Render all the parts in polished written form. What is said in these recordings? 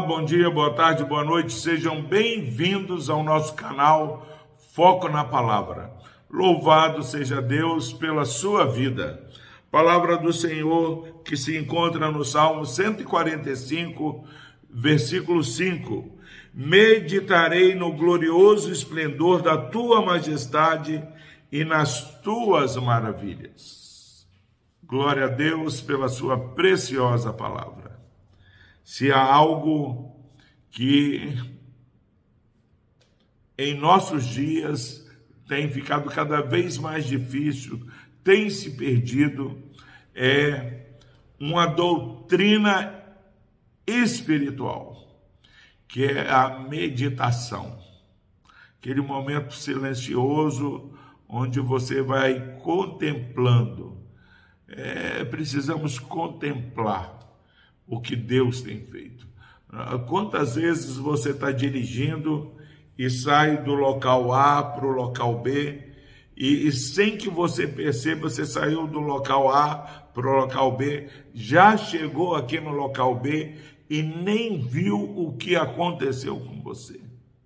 bom dia, boa tarde, boa noite, sejam bem-vindos ao nosso canal Foco na Palavra. Louvado seja Deus pela sua vida. Palavra do Senhor que se encontra no Salmo 145, versículo 5. Meditarei no glorioso esplendor da tua majestade e nas tuas maravilhas. Glória a Deus pela sua preciosa palavra. Se há algo que em nossos dias tem ficado cada vez mais difícil, tem se perdido, é uma doutrina espiritual, que é a meditação. Aquele momento silencioso onde você vai contemplando. Precisamos contemplar o que Deus tem feito. Quantas vezes você está dirigindo e sai do local A para o local B e sem que você perceba, você saiu do local A para o local B, já chegou aqui no local B e nem viu o que aconteceu com você.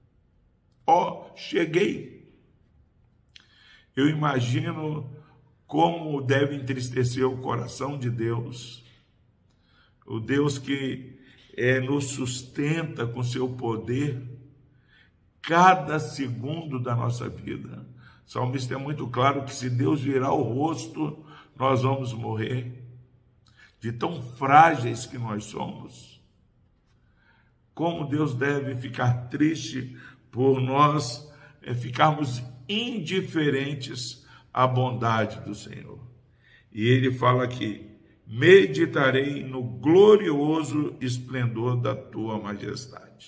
Cheguei. Eu imagino como deve entristecer o coração de Deus, o Deus que nos sustenta com seu poder cada segundo da nossa vida. O salmista é muito claro que se Deus virar o rosto, nós vamos morrer, de tão frágeis que nós somos. Como Deus deve ficar triste por nós ficarmos indiferentes à bondade do Senhor. E ele fala aqui: meditarei no glorioso esplendor da tua majestade.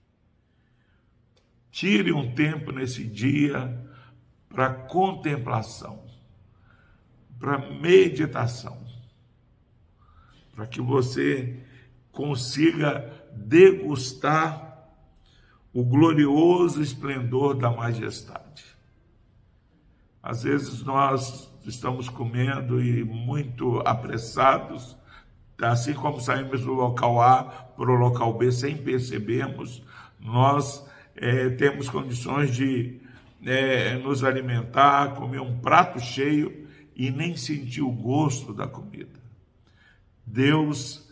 Tire um tempo nesse dia para contemplação, para meditação, para que você consiga degustar o glorioso esplendor da majestade. Às vezes nós estamos comendo e muito apressados, assim como saímos do local A para o local B sem percebermos, nós temos condições de nos alimentar, comer um prato cheio e nem sentir o gosto da comida. Deus,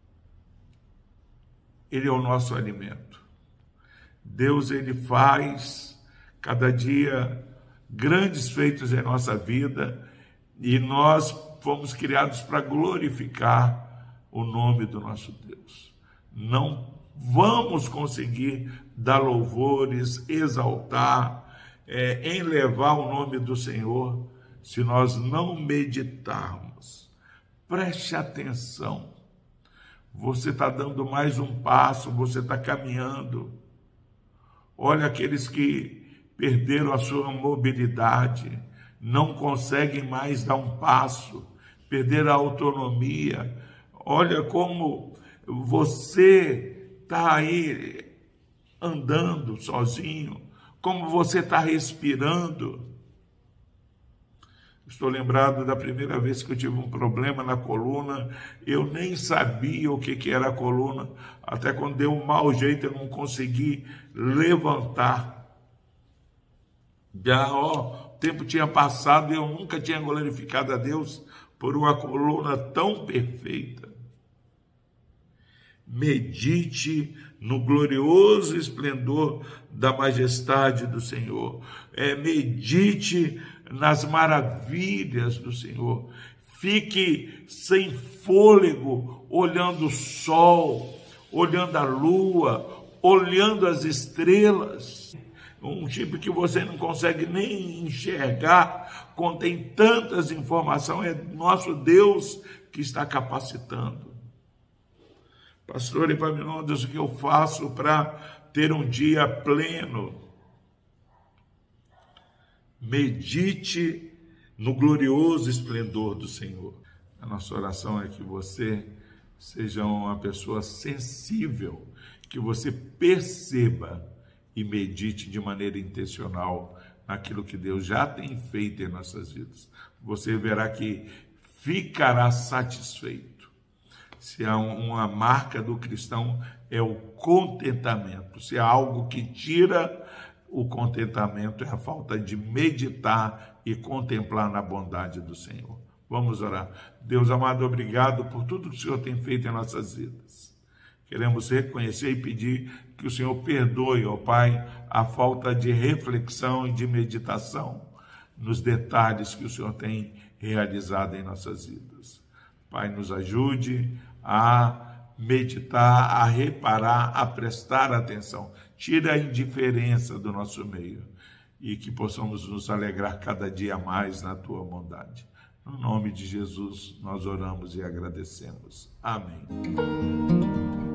Ele é o nosso alimento. Deus, Ele faz cada dia grandes feitos em nossa vida e nós fomos criados para glorificar o nome do nosso Deus. Não vamos conseguir dar louvores, exaltar, elevar o nome do Senhor se nós não meditarmos. Preste atenção. Você está dando mais um passo, você está caminhando. Olha aqueles que perderam a sua mobilidade, não conseguem mais dar um passo, perderam a autonomia. Olha como você está aí andando sozinho, como você está respirando. Estou lembrado da primeira vez que eu tive um problema na coluna, eu nem sabia o que era a coluna, até quando deu um mau jeito eu não consegui levantar. O tempo tinha passado e eu nunca tinha glorificado a Deus por uma coluna tão perfeita. Medite no glorioso esplendor da majestade do Senhor. Medite nas maravilhas do Senhor. Fique sem fôlego, olhando o sol, olhando a lua, olhando as estrelas. Um tipo que você não consegue nem enxergar, contém tantas informações, é nosso Deus que está capacitando. Pastor Epaminondas, o que eu faço para ter um dia pleno? Medite no glorioso esplendor do Senhor. A nossa oração é que você seja uma pessoa sensível, que você perceba e medite de maneira intencional naquilo que Deus já tem feito em nossas vidas. Você verá que ficará satisfeito. se há uma marca do cristão, é o contentamento. Se há algo que tira o contentamento, é a falta de meditar e contemplar na bondade do Senhor. Vamos orar. Deus amado, obrigado por tudo que o Senhor tem feito em nossas vidas. Queremos reconhecer e pedir que o Senhor perdoe, ó Pai, a falta de reflexão e de meditação nos detalhes que o Senhor tem realizado em nossas vidas. Pai, nos ajude a meditar, a reparar, a prestar atenção. Tira a indiferença do nosso meio e que possamos nos alegrar cada dia mais na Tua bondade. No nome de Jesus, nós oramos e agradecemos. Amém.